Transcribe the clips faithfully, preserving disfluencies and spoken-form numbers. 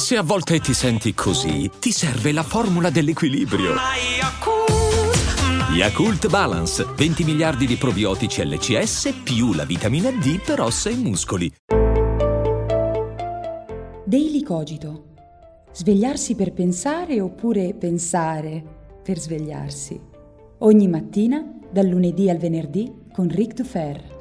Se a volte ti senti così, ti serve la formula dell'equilibrio. Yakult Balance, venti miliardi di probiotici L C S più la vitamina D per ossa e muscoli. Daily Cogito. Svegliarsi per pensare oppure pensare per svegliarsi. Ogni mattina, dal lunedì al venerdì, con Ric Dufer.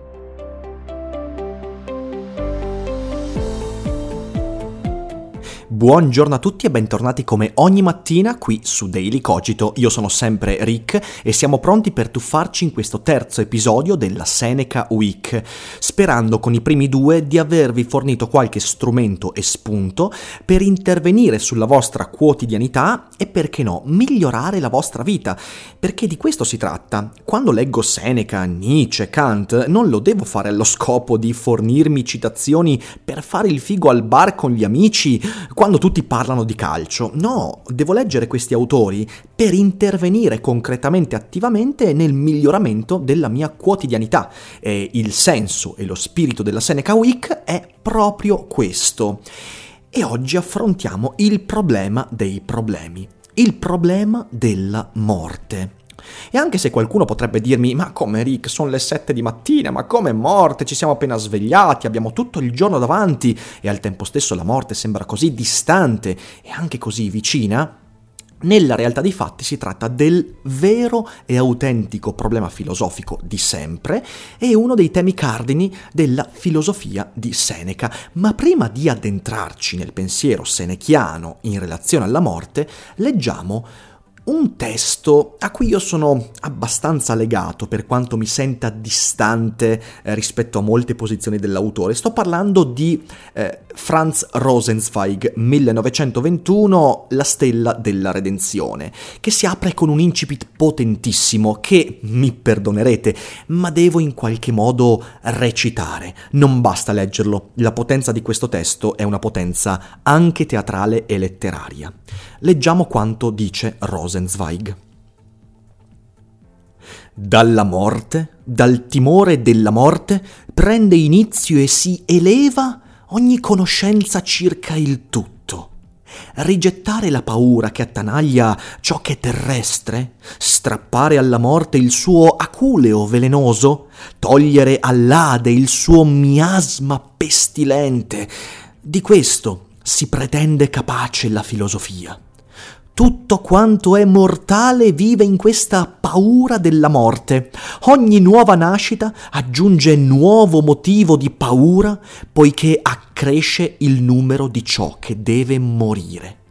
Buongiorno a tutti e bentornati come ogni mattina qui su Daily Cogito. Io sono sempre Rick e siamo pronti per tuffarci in questo terzo episodio della Seneca Week, sperando con i primi due di avervi fornito qualche strumento e spunto per intervenire sulla vostra quotidianità e, perché no, migliorare la vostra vita, perché di questo si tratta. Quando leggo Seneca, Nietzsche, Kant, non lo devo fare allo scopo di fornirmi citazioni per fare il figo al bar con gli amici quando tutti parlano di calcio. No, devo leggere questi autori per intervenire concretamente, attivamente nel miglioramento della mia quotidianità. E il senso e lo spirito della Seneca Week è proprio questo. E oggi affrontiamo il problema dei problemi, il problema della morte. E anche se qualcuno potrebbe dirmi: ma come Rick, sono le sette di mattina, ma come morte, ci siamo appena svegliati, abbiamo tutto il giorno davanti e al tempo stesso la morte sembra così distante e anche così vicina, nella realtà dei fatti si tratta del vero e autentico problema filosofico di sempre e uno dei temi cardini della filosofia di Seneca. Ma prima di addentrarci nel pensiero senechiano in relazione alla morte, leggiamo un testo a cui io sono abbastanza legato, per quanto mi senta distante eh, rispetto a molte posizioni dell'autore. Sto parlando di eh, Franz Rosenzweig, millenovecentoventuno, La stella della redenzione, che si apre con un incipit potentissimo che, mi perdonerete, ma devo in qualche modo recitare. Non basta leggerlo, la potenza di questo testo è una potenza anche teatrale e letteraria. Leggiamo quanto dice Rosenzweig. Dalla morte, dal timore della morte, prende inizio e si eleva ogni conoscenza circa il tutto. Rigettare la paura che attanaglia ciò che è terrestre, strappare alla morte il suo aculeo velenoso, togliere all'Ade il suo miasma pestilente. Di questo si pretende capace la filosofia. Tutto quanto è mortale vive in questa paura della morte. Ogni nuova nascita aggiunge nuovo motivo di paura, poiché accresce il numero di ciò che deve morire.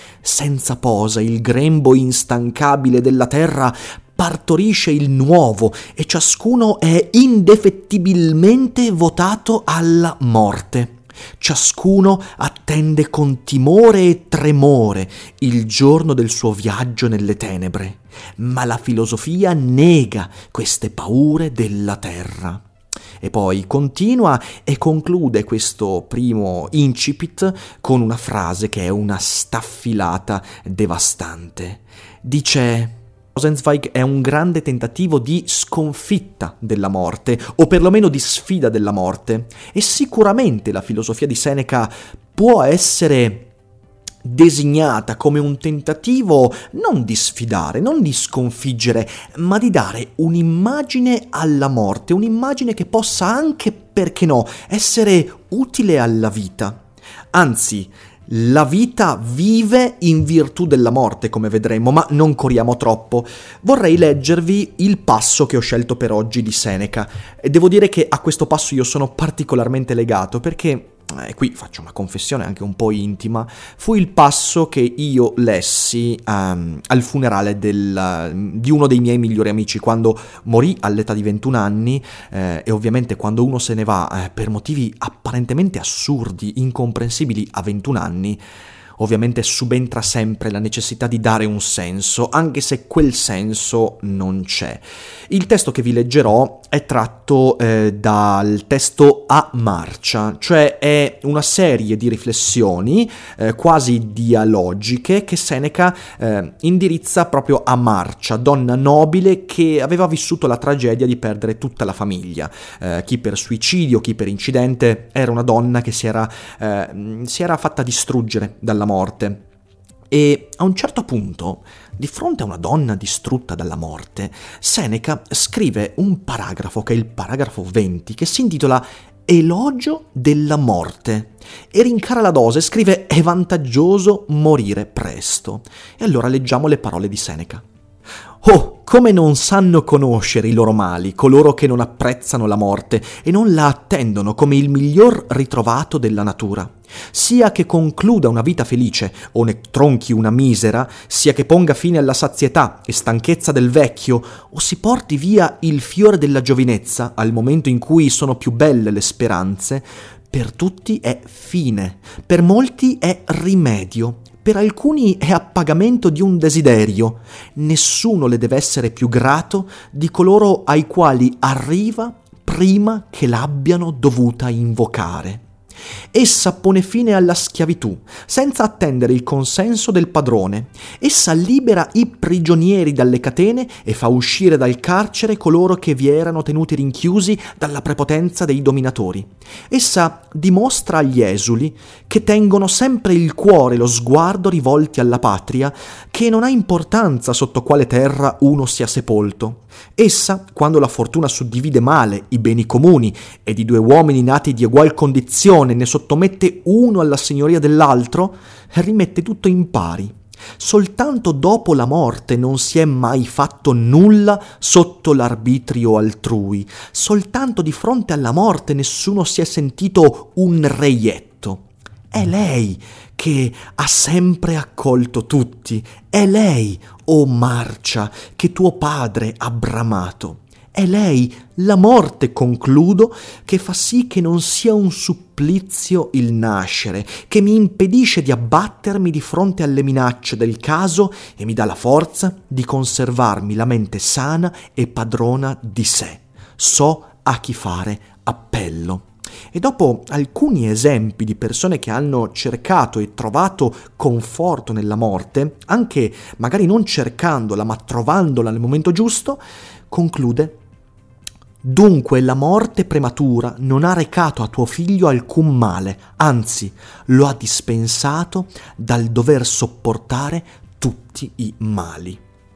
Senza posa il grembo instancabile della terra partorisce il nuovo e ciascuno è indefettibilmente votato alla morte. Ciascuno attende con timore e tremore il giorno del suo viaggio nelle tenebre, ma la filosofia nega queste paure della terra. E poi continua e conclude questo primo incipit con una frase che è una staffilata devastante. Dice: Rosenzweig è un grande tentativo di sconfitta della morte, o perlomeno di sfida della morte, e sicuramente la filosofia di Seneca può essere designata come un tentativo non di sfidare, non di sconfiggere, ma di dare un'immagine alla morte, un'immagine che possa anche, perché no, essere utile alla vita. Anzi, la vita vive in virtù della morte, come vedremo, ma non corriamo troppo. Vorrei leggervi il passo che ho scelto per oggi di Seneca. E devo dire che a questo passo io sono particolarmente legato, perché, e qui faccio una confessione anche un po' intima, fu il passo che io lessi um, al funerale del, di uno dei miei migliori amici, quando morì all'età di ventuno anni, eh, e ovviamente quando uno se ne va eh, per motivi apparentemente assurdi, incomprensibili a ventuno anni, ovviamente subentra sempre la necessità di dare un senso, anche se quel senso non c'è. Il testo che vi leggerò è tratto eh, dal testo A Marcia, cioè è una serie di riflessioni eh, quasi dialogiche che Seneca eh, indirizza proprio a Marcia, donna nobile che aveva vissuto la tragedia di perdere tutta la famiglia, eh, chi per suicidio, chi per incidente. Era una donna che si era, eh, si era fatta distruggere dalla morte. E a un certo punto, di fronte a una donna distrutta dalla morte, Seneca scrive un paragrafo, che è il paragrafo venti, che si intitola Elogio della morte, e rincara la dose, scrive «È vantaggioso morire presto». E allora leggiamo le parole di Seneca. «Oh, come non sanno conoscere i loro mali coloro che non apprezzano la morte e non la attendono come il miglior ritrovato della natura. Sia che concluda una vita felice o ne tronchi una misera, sia che ponga fine alla sazietà e stanchezza del vecchio o si porti via il fiore della giovinezza al momento in cui sono più belle le speranze, per tutti è fine, per molti è rimedio, per alcuni è appagamento di un desiderio. Nessuno le deve essere più grato di coloro ai quali arriva prima che l'abbiano dovuta invocare. Essa pone fine alla schiavitù, senza attendere il consenso del padrone. Essa libera i prigionieri dalle catene e fa uscire dal carcere coloro che vi erano tenuti rinchiusi dalla prepotenza dei dominatori. Essa dimostra agli esuli che tengono sempre il cuore e lo sguardo rivolti alla patria, che non ha importanza sotto quale terra uno sia sepolto. Essa, quando la fortuna suddivide male i beni comuni e di due uomini nati di egual condizione ne sottomette uno alla signoria dell'altro, rimette tutto in pari. Soltanto dopo la morte non si è mai fatto nulla sotto l'arbitrio altrui. Soltanto di fronte alla morte nessuno si è sentito un reietto. È lei che ha sempre accolto tutti. È lei, o Marcia, che tuo padre ha bramato. È lei, la morte, concludo, che fa sì che non sia un supplizio il nascere, che mi impedisce di abbattermi di fronte alle minacce del caso e mi dà la forza di conservarmi la mente sana e padrona di sé. So a chi fare appello. E dopo alcuni esempi di persone che hanno cercato e trovato conforto nella morte, anche magari non cercandola ma trovandola nel momento giusto, conclude: dunque la morte prematura non ha recato a tuo figlio alcun male, anzi lo ha dispensato dal dover sopportare tutti i mali.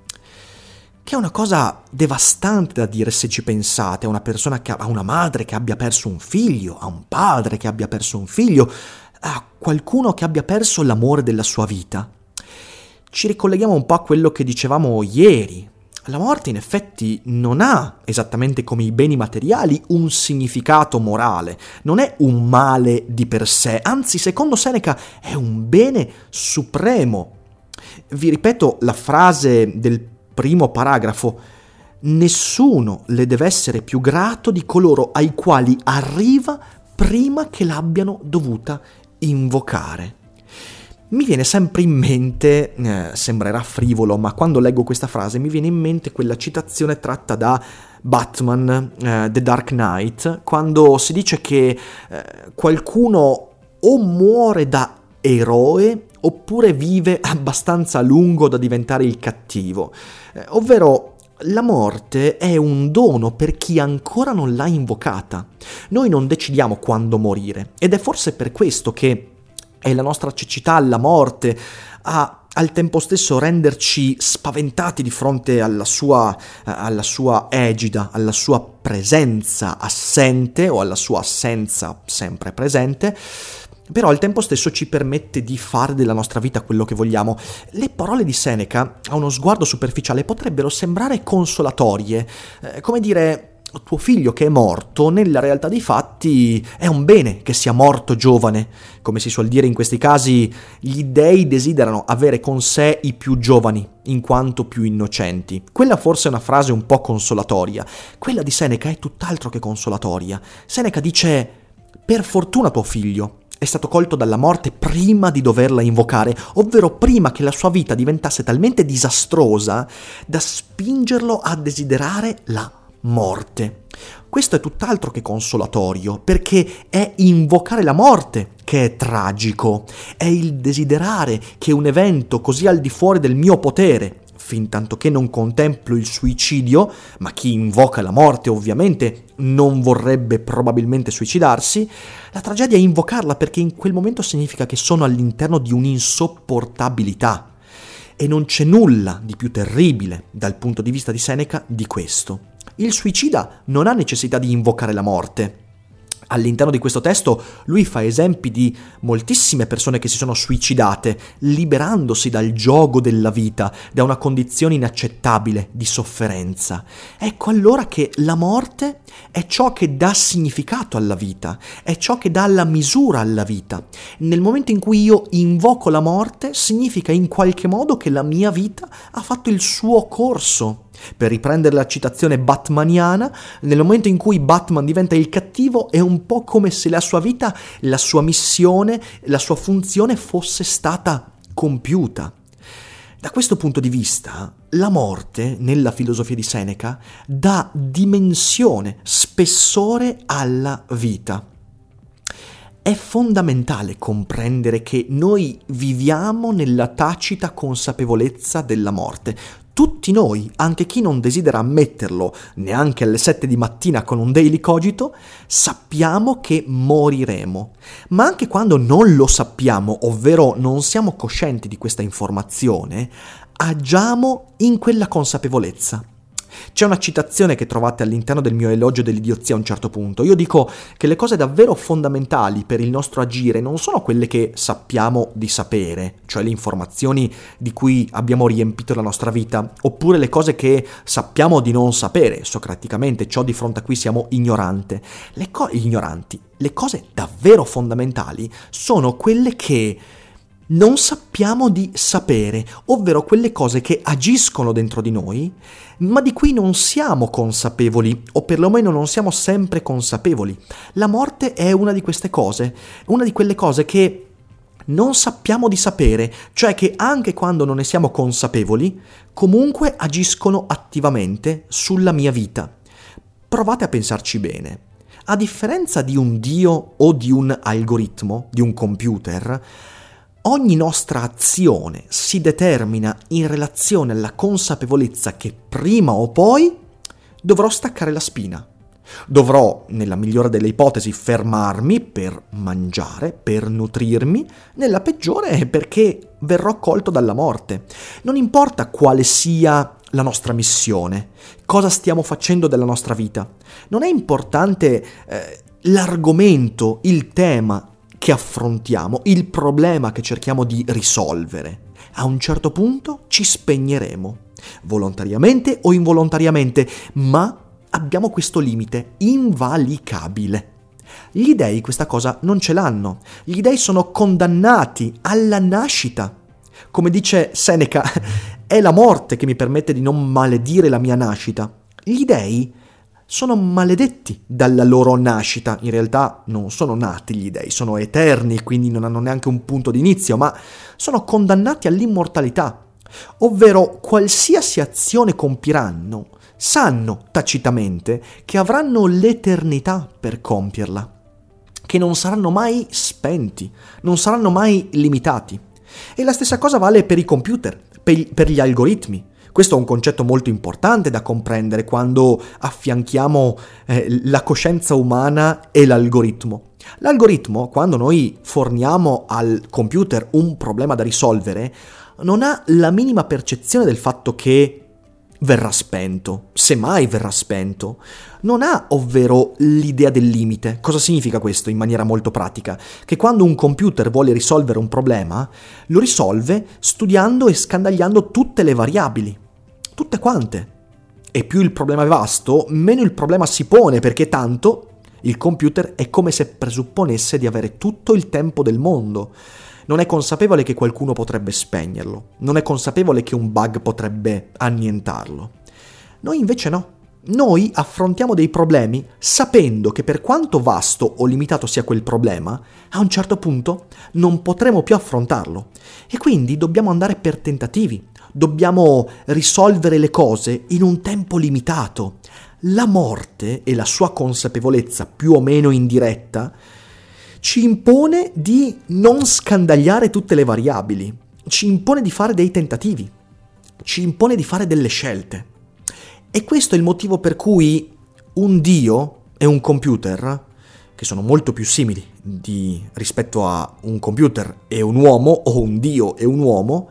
Che è una cosa devastante da dire se ci pensate, a una persona che ha una madre che abbia perso un figlio, a un padre che abbia perso un figlio, a qualcuno che abbia perso l'amore della sua vita. Ci ricolleghiamo un po' a quello che dicevamo ieri. La morte in effetti non ha, esattamente come i beni materiali, un significato morale, non è un male di per sé, anzi secondo Seneca è un bene supremo. Vi ripeto la frase del primo paragrafo: nessuno le deve essere più grato di coloro ai quali arriva prima che l'abbiano dovuta invocare. Mi viene sempre in mente, eh, sembrerà frivolo, ma quando leggo questa frase mi viene in mente quella citazione tratta da Batman, eh, The Dark Knight, quando si dice che eh, qualcuno o muore da eroe oppure vive abbastanza a lungo da diventare il cattivo, eh, ovvero la morte è un dono per chi ancora non l'ha invocata. Noi non decidiamo quando morire ed è forse per questo che è la nostra cecità alla morte a al tempo stesso renderci spaventati di fronte alla sua, alla sua egida, alla sua presenza assente o alla sua assenza sempre presente, però al tempo stesso ci permette di fare della nostra vita quello che vogliamo. Le parole di Seneca, a uno sguardo superficiale, potrebbero sembrare consolatorie, eh, come dire: tuo figlio che è morto, nella realtà dei fatti è un bene che sia morto giovane. Come si suol dire in questi casi, gli dei desiderano avere con sé i più giovani, in quanto più innocenti. Quella forse è una frase un po' consolatoria. Quella di Seneca è tutt'altro che consolatoria. Seneca dice: per fortuna tuo figlio è stato colto dalla morte prima di doverla invocare, ovvero prima che la sua vita diventasse talmente disastrosa da spingerlo a desiderare la morte. Questo è tutt'altro che consolatorio, perché è invocare la morte che è tragico, è il desiderare che un evento così al di fuori del mio potere fin tanto che non contemplo il suicidio, ma chi invoca la morte ovviamente non vorrebbe probabilmente suicidarsi, la tragedia è invocarla perché in quel momento significa che sono all'interno di un'insopportabilità. E non c'è nulla di più terribile, dal punto di vista di Seneca, di questo. Il suicida non ha necessità di invocare la morte. All'interno di questo testo lui fa esempi di moltissime persone che si sono suicidate, liberandosi dal giogo della vita, da una condizione inaccettabile di sofferenza. Ecco allora che la morte è ciò che dà significato alla vita, è ciò che dà la misura alla vita. Nel momento in cui io invoco la morte, significa in qualche modo che la mia vita ha fatto il suo corso. Per riprendere la citazione batmaniana, nel momento in cui Batman diventa il cattivo è un po' come se la sua vita, la sua missione, la sua funzione fosse stata compiuta. Da questo punto di vista, la morte, nella filosofia di Seneca, dà dimensione, spessore alla vita. È fondamentale comprendere che noi viviamo nella tacita consapevolezza della morte. Tutti noi, anche chi non desidera ammetterlo, neanche alle sette di mattina con un daily cogito, sappiamo che moriremo. Ma anche quando non lo sappiamo, ovvero non siamo coscienti di questa informazione, agiamo in quella consapevolezza. C'è una citazione che trovate all'interno del mio elogio dell'idiozia a un certo punto. Io dico che le cose davvero fondamentali per il nostro agire non sono quelle che sappiamo di sapere, cioè le informazioni di cui abbiamo riempito la nostra vita, oppure le cose che sappiamo di non sapere, socraticamente, ciò di fronte a cui siamo ignorante. Le co- ignoranti. Le cose davvero fondamentali sono quelle che non sappiamo di sapere, ovvero quelle cose che agiscono dentro di noi, ma di cui non siamo consapevoli, o perlomeno non siamo sempre consapevoli. La morte è una di queste cose, una di quelle cose che non sappiamo di sapere, cioè che anche quando non ne siamo consapevoli, comunque agiscono attivamente sulla mia vita. Provate a pensarci bene. A differenza di un dio o di un algoritmo, di un computer, ogni nostra azione si determina in relazione alla consapevolezza che prima o poi dovrò staccare la spina. Dovrò, nella migliore delle ipotesi, fermarmi per mangiare, per nutrirmi, nella peggiore perché verrò colto dalla morte. Non importa quale sia la nostra missione, cosa stiamo facendo della nostra vita. Non è importante eh, l'argomento, il tema che affrontiamo, il problema che cerchiamo di risolvere. A un certo punto ci spegneremo, volontariamente o involontariamente, ma abbiamo questo limite invalicabile. Gli dei questa cosa non ce l'hanno. Gli dei sono condannati alla nascita. Come dice Seneca, è la morte che mi permette di non maledire la mia nascita. Gli dei sono maledetti dalla loro nascita. In realtà non sono nati gli dei, sono eterni, quindi non hanno neanche un punto di inizio, ma sono condannati all'immortalità. Ovvero qualsiasi azione compiranno, sanno tacitamente che avranno l'eternità per compierla, che non saranno mai spenti, non saranno mai limitati. E la stessa cosa vale per i computer, per, per gli algoritmi. Questo è un concetto molto importante da comprendere quando affianchiamo eh, la coscienza umana e l'algoritmo. L'algoritmo, quando noi forniamo al computer un problema da risolvere, non ha la minima percezione del fatto che verrà spento, semmai verrà spento. Non ha, ovvero, l'idea del limite. Cosa significa questo in maniera molto pratica? Che quando un computer vuole risolvere un problema, lo risolve studiando e scandagliando tutte le variabili. Tutte quante. E più il problema è vasto, meno il problema si pone, perché tanto il computer è come se presupponesse di avere tutto il tempo del mondo. Non è consapevole che qualcuno potrebbe spegnerlo. Non è consapevole che un bug potrebbe annientarlo. Noi invece no. Noi affrontiamo dei problemi sapendo che per quanto vasto o limitato sia quel problema, a un certo punto non potremo più affrontarlo. E quindi dobbiamo andare per tentativi. Dobbiamo risolvere le cose in un tempo limitato. La morte e la sua consapevolezza più o meno indiretta ci impone di non scandagliare tutte le variabili, ci impone di fare dei tentativi. ci impone di fare delle scelte. E questo è il motivo per cui un Dio e un computer, che sono molto più simili di, rispetto a un computer e un uomo, o un Dio e un uomo,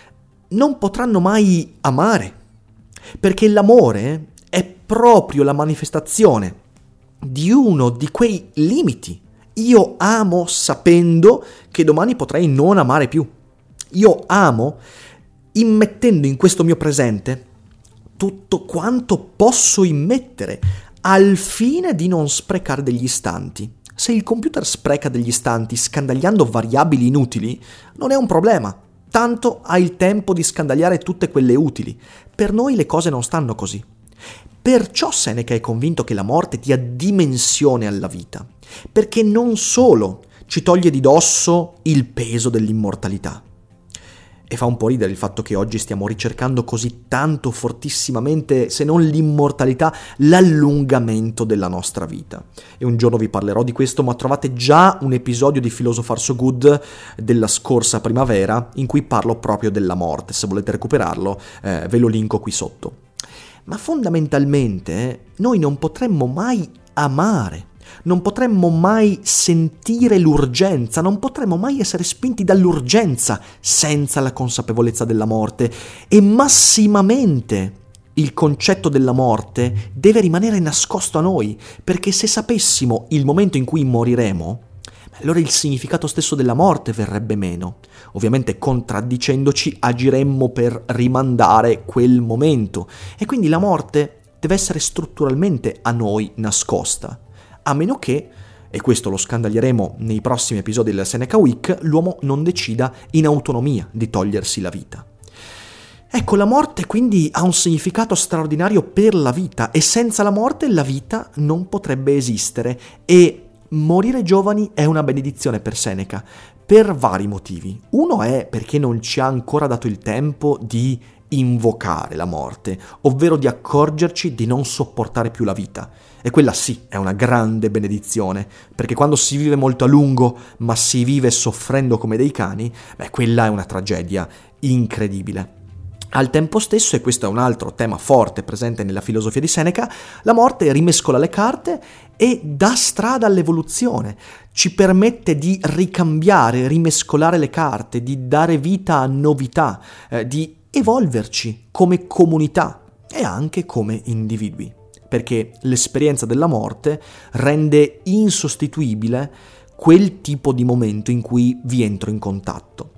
non potranno mai amare, perché l'amore è proprio la manifestazione di uno di quei limiti. Io amo sapendo che domani potrei non amare più. Io amo immettendo in questo mio presente tutto quanto posso immettere al fine di non sprecare degli istanti. Se il computer spreca degli istanti scandagliando variabili inutili, non è un problema. Tanto ha il tempo di scandagliare tutte quelle utili. Per noi le cose non stanno così. Perciò Seneca è convinto che la morte dia dimensione alla vita, perché non solo ci toglie di dosso il peso dell'immortalità. E fa un po' ridere il fatto che oggi stiamo ricercando così tanto fortissimamente, se non l'immortalità, l'allungamento della nostra vita. E un giorno vi parlerò di questo, ma trovate già un episodio di Philosopher So Good della scorsa primavera in cui parlo proprio della morte. Se volete recuperarlo, eh, ve lo linko qui sotto. Ma fondamentalmente noi non potremmo mai amare. Non potremmo mai sentire l'urgenza, non potremmo mai essere spinti dall'urgenza senza la consapevolezza della morte. E massimamente il concetto della morte deve rimanere nascosto a noi, perché se sapessimo il momento in cui moriremo, allora il significato stesso della morte verrebbe meno. Ovviamente contraddicendoci agiremmo per rimandare quel momento, e quindi la morte deve essere strutturalmente a noi nascosta. A meno che, e questo lo scandaglieremo nei prossimi episodi della Seneca Week, l'uomo non decida in autonomia di togliersi la vita. Ecco, la morte quindi ha un significato straordinario per la vita, e senza la morte la vita non potrebbe esistere, e morire giovani è una benedizione per Seneca, per vari motivi. Uno è perché non ci ha ancora dato il tempo di invocare la morte, ovvero di accorgerci di non sopportare più la vita. E quella sì è una grande benedizione, perché quando si vive molto a lungo, ma si vive soffrendo come dei cani, beh, quella è una tragedia incredibile. Al tempo stesso, e questo è un altro tema forte presente nella filosofia di Seneca, la morte rimescola le carte e dà strada all'evoluzione, ci permette di ricambiare, rimescolare le carte, di dare vita a novità, eh, di evolverci come comunità e anche come individui, perché l'esperienza della morte rende insostituibile quel tipo di momento in cui vi entro in contatto.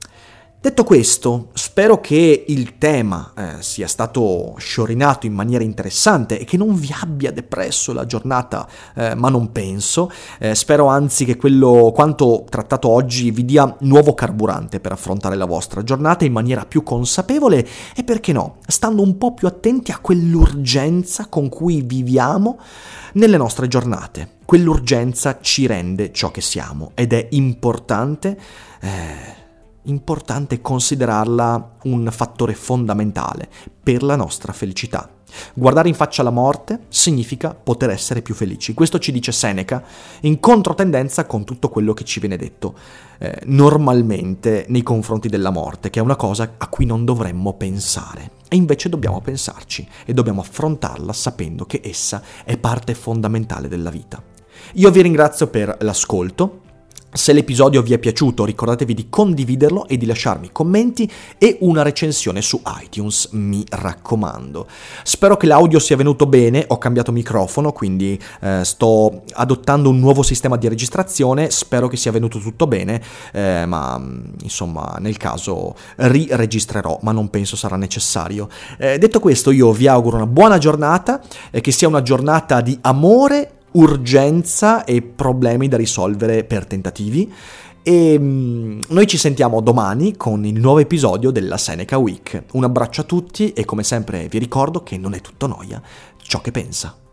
Detto questo, spero che il tema eh, sia stato sciorinato in maniera interessante e che non vi abbia depresso la giornata, eh, ma non penso. Eh, spero anzi che quello quanto trattato oggi vi dia nuovo carburante per affrontare la vostra giornata in maniera più consapevole e, perché no, stando un po' più attenti a quell'urgenza con cui viviamo nelle nostre giornate. Quell'urgenza ci rende ciò che siamo ed è importante eh, importante considerarla un fattore fondamentale per la nostra felicità. Guardare in faccia la morte significa poter essere più felici. Questo ci dice Seneca, in controtendenza con tutto quello che ci viene detto eh, normalmente nei confronti della morte, che è una cosa a cui non dovremmo pensare. E invece dobbiamo pensarci e dobbiamo affrontarla sapendo che essa è parte fondamentale della vita. Io vi ringrazio per l'ascolto. Se l'episodio vi è piaciuto, ricordatevi di condividerlo e di lasciarmi commenti e una recensione su iTunes, mi raccomando. Spero che l'audio sia venuto bene, ho cambiato microfono, quindi eh, sto adottando un nuovo sistema di registrazione, spero che sia venuto tutto bene, eh, ma insomma nel caso riregistrerò, ma non penso sarà necessario. Eh, detto questo, io vi auguro una buona giornata, eh, che sia una giornata di amore, urgenza e problemi da risolvere per tentativi, e mm, noi ci sentiamo domani con il nuovo episodio della Seneca Week. Un abbraccio a tutti e come sempre vi ricordo che non è tutto noia ciò che pensa.